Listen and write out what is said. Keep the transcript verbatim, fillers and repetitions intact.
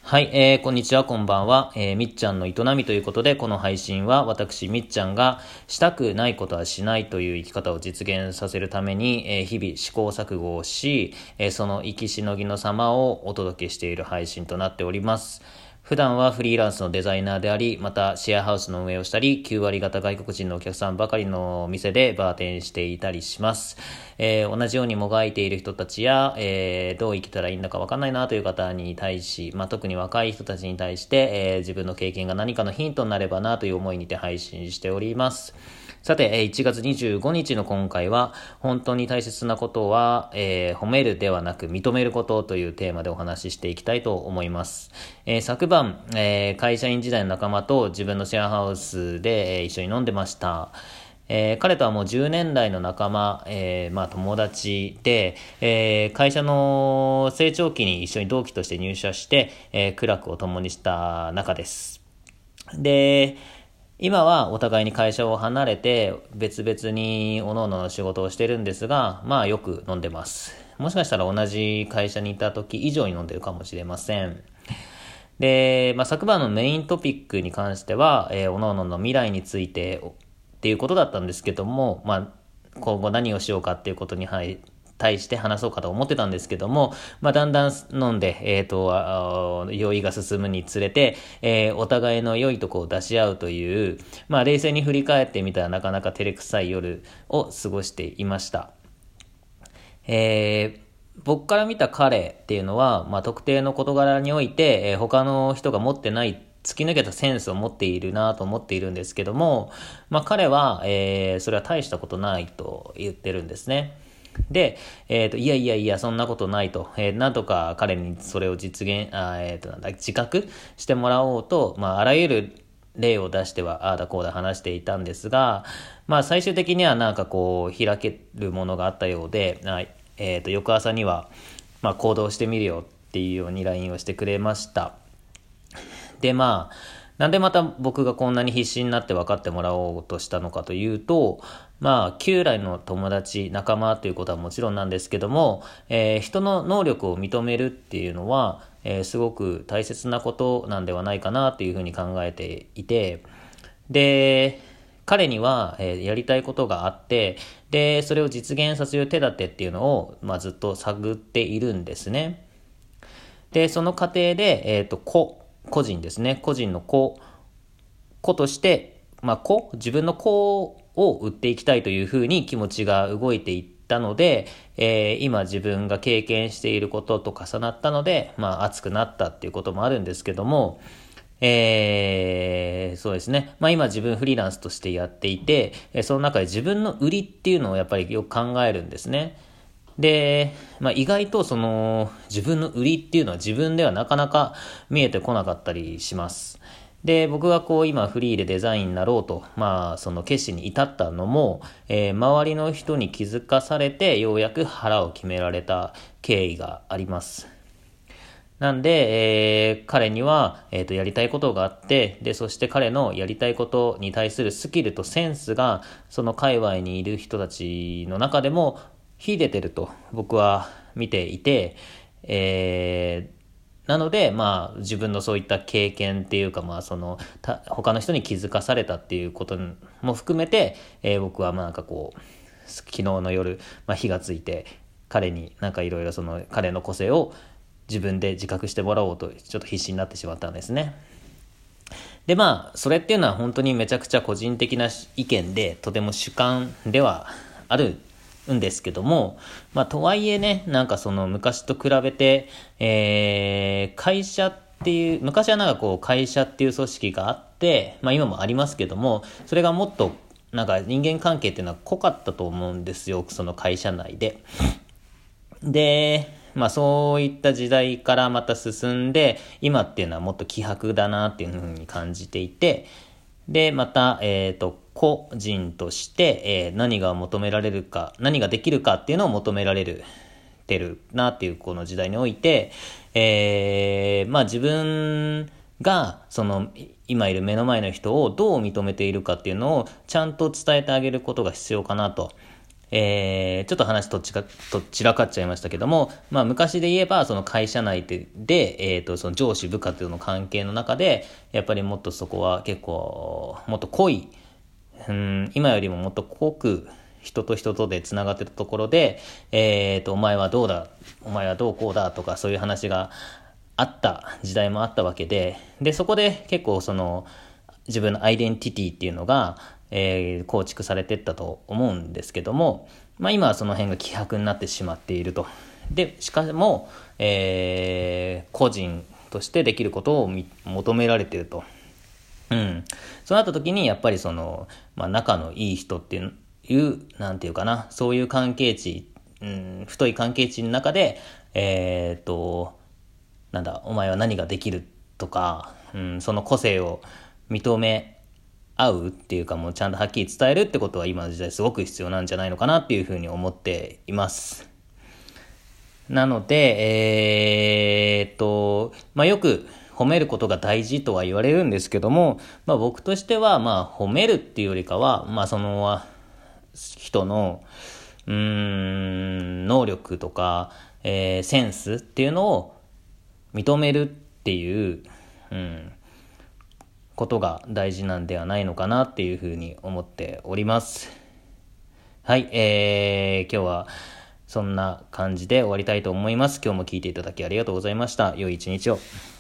はい、えー、こんにちは、こんばんは。えー、みっちゃんの営みということで、この配信は私、みっちゃんがしたくないことはしないという生き方を実現させるために、えー、日々試行錯誤をし、えー、その生きしのぎの様をお届けしている配信となっております。普段はフリーランスのデザイナーであり、またシェアハウスの運営をしたり、きゅう割方外国人のお客さんばかりの店でバーテンしていたりします。えー、同じようにもがいている人たちや、えー、どう生きたらいいんだかわかんないなという方に対し、まあ、特に若い人たちに対して、えー、自分の経験が何かのヒントになればなという思いにて配信しております。さて、いちがつにじゅうごにちの今回は、本当に大切なことは、えー、褒めるではなく認めることというテーマでお話ししていきたいと思います。えー、昨晩、えー、会社員時代の仲間と自分のシェアハウスで、えー、一緒に飲んでました。えー、彼とはもうじゅうねん来の仲間、えー、まあ友達で、えー、会社の成長期に一緒に同期として入社して、えー、苦楽を共にした仲です。で、今はお互いに会社を離れて別々に各々の仕事をしてるんですが、まあよく飲んでます。もしかしたら同じ会社にいた時以上に飲んでるかもしれません。で、まあ、昨晩のメイントピックに関しては、えー、各々の未来についてっていうことだったんですけども、まあ、今後何をしようかっていうことに、はい、対して話そうかと思ってたんですけども、まあ、だんだん飲んで、えっと、酔いが進むにつれて、えー、お互いの良いとこを出し合うという、まあ、冷静に振り返ってみたらなかなか照れくさい夜を過ごしていました。えー僕から見た彼っていうのは、まあ、特定の事柄において、えー、他の人が持ってない突き抜けたセンスを持っているなと思っているんですけども、まあ、彼は、えー、それは大したことないと言ってるんですね。で、えーと、いやいやいや、そんなことないと、えー、なんとか彼にそれを実現、あえーと、なんだ、自覚してもらおうと、まあ、あらゆる例を出してはああだこうだ話していたんですが、まあ最終的にはなんかこう開けるものがあったようで、えー、と翌朝には、まあ、行動してみるよっていうように ライン をしてくれました。でまあなんでまた僕がこんなに必死になって分かってもらおうとしたのかというと、まあ旧来の友達仲間ということはもちろんなんですけども、えー、人の能力を認めるっていうのは、えー、すごく大切なことなんではないかなというふうに考えていて、で彼には、えー、やりたいことがあって、でそれを実現させる手立てっていうのを、まあ、ずっと探っているんですね。でその過程で、えーと、個個人ですね、個人の個個として、まあ、個自分の個を売っていきたいというふうに気持ちが動いていったので、えー、今自分が経験していることと重なったので、まあ、熱くなったっていうこともあるんですけども、えー、そうですね。まあ今自分フリーランスとしてやっていて、その中で自分の売りっていうのをやっぱりよく考えるんですね。で、まあ意外とその自分の売りっていうのは自分ではなかなか見えてこなかったりします。で、僕がこう今フリーでデザインになろうと、まあその決心に至ったのも、えー、周りの人に気づかされてようやく腹を決められた経緯があります。なんで、えー、彼には、えーと、やりたいことがあって、で、そして彼のやりたいことに対するスキルとセンスが、その界隈にいる人たちの中でも秀でてると僕は見ていて、えー、なので、まあ、自分のそういった経験っていうか、まあ、その、た他の人に気づかされたっていうことも含めて、えー、僕はまあなんかこう、昨日の夜、まあ、火がついて、彼になんかいろいろその彼の個性を自分で自覚してもらおうとちょっと必死になってしまったんですね。でまあそれっていうのは本当にめちゃくちゃ個人的な意見でとても主観ではあるんですけども、まあとはいえね、なんかその昔と比べて、えー、会社っていう昔はなんかこう会社っていう組織があって、まあ今もありますけども、それがもっとなんか人間関係っていうのは濃かったと思うんですよ、その会社内で。でまあそういった時代からまた進んで、今っていうのはもっと希薄だなっていうふうに感じていて、でまた、えっと個人として、えー、何が求められるか、何ができるかっていうのを求められるてるなっていうこの時代において、えー、まあ自分がその今いる目の前の人をどう認めているかっていうのをちゃんと伝えてあげることが必要かなと。 えー、ちょっと話とっちか、と散らかっちゃいましたけども、まあ昔で言えば、その会社内で、で、えっと、その上司部下というの関係の中で、やっぱりもっとそこは結構、もっと濃い、うん、今よりももっと濃く、人と人とでつながってたところで、えっと、お前はどうだ、お前はどうこうだとか、そういう話があった時代もあったわけで、で、そこで結構その、自分のアイデンティティっていうのが、えー、構築されていったと思うんですけども、まあ今はその辺が希薄になってしまっていると。で、しかも、えー、個人としてできることを求められていると。うん。そうなった時に、やっぱりその、まあ仲のいい人っていう、いうなんていうかな、そういう関係値、うん、太い関係値の中で、えーっと、なんだ、お前は何ができるとか、うん、その個性を認め合うっていうか、もうちゃんとはっきり伝えるってことは今の時代すごく必要なんじゃないのかなっていうふうに思っています。なので、えーっと、まあ、よく褒めることが大事とは言われるんですけども、まあ、僕としては、まあ、褒めるっていうよりかは、まあ、その、人の、うーん、能力とか、えーセンスっていうのを認めるっていう、うん、ことが大事なんではないのかなっていうふうに思っております。はい、えー、今日はそんな感じで終わりたいと思います。今日も聞いていただきありがとうございました。良い一日を。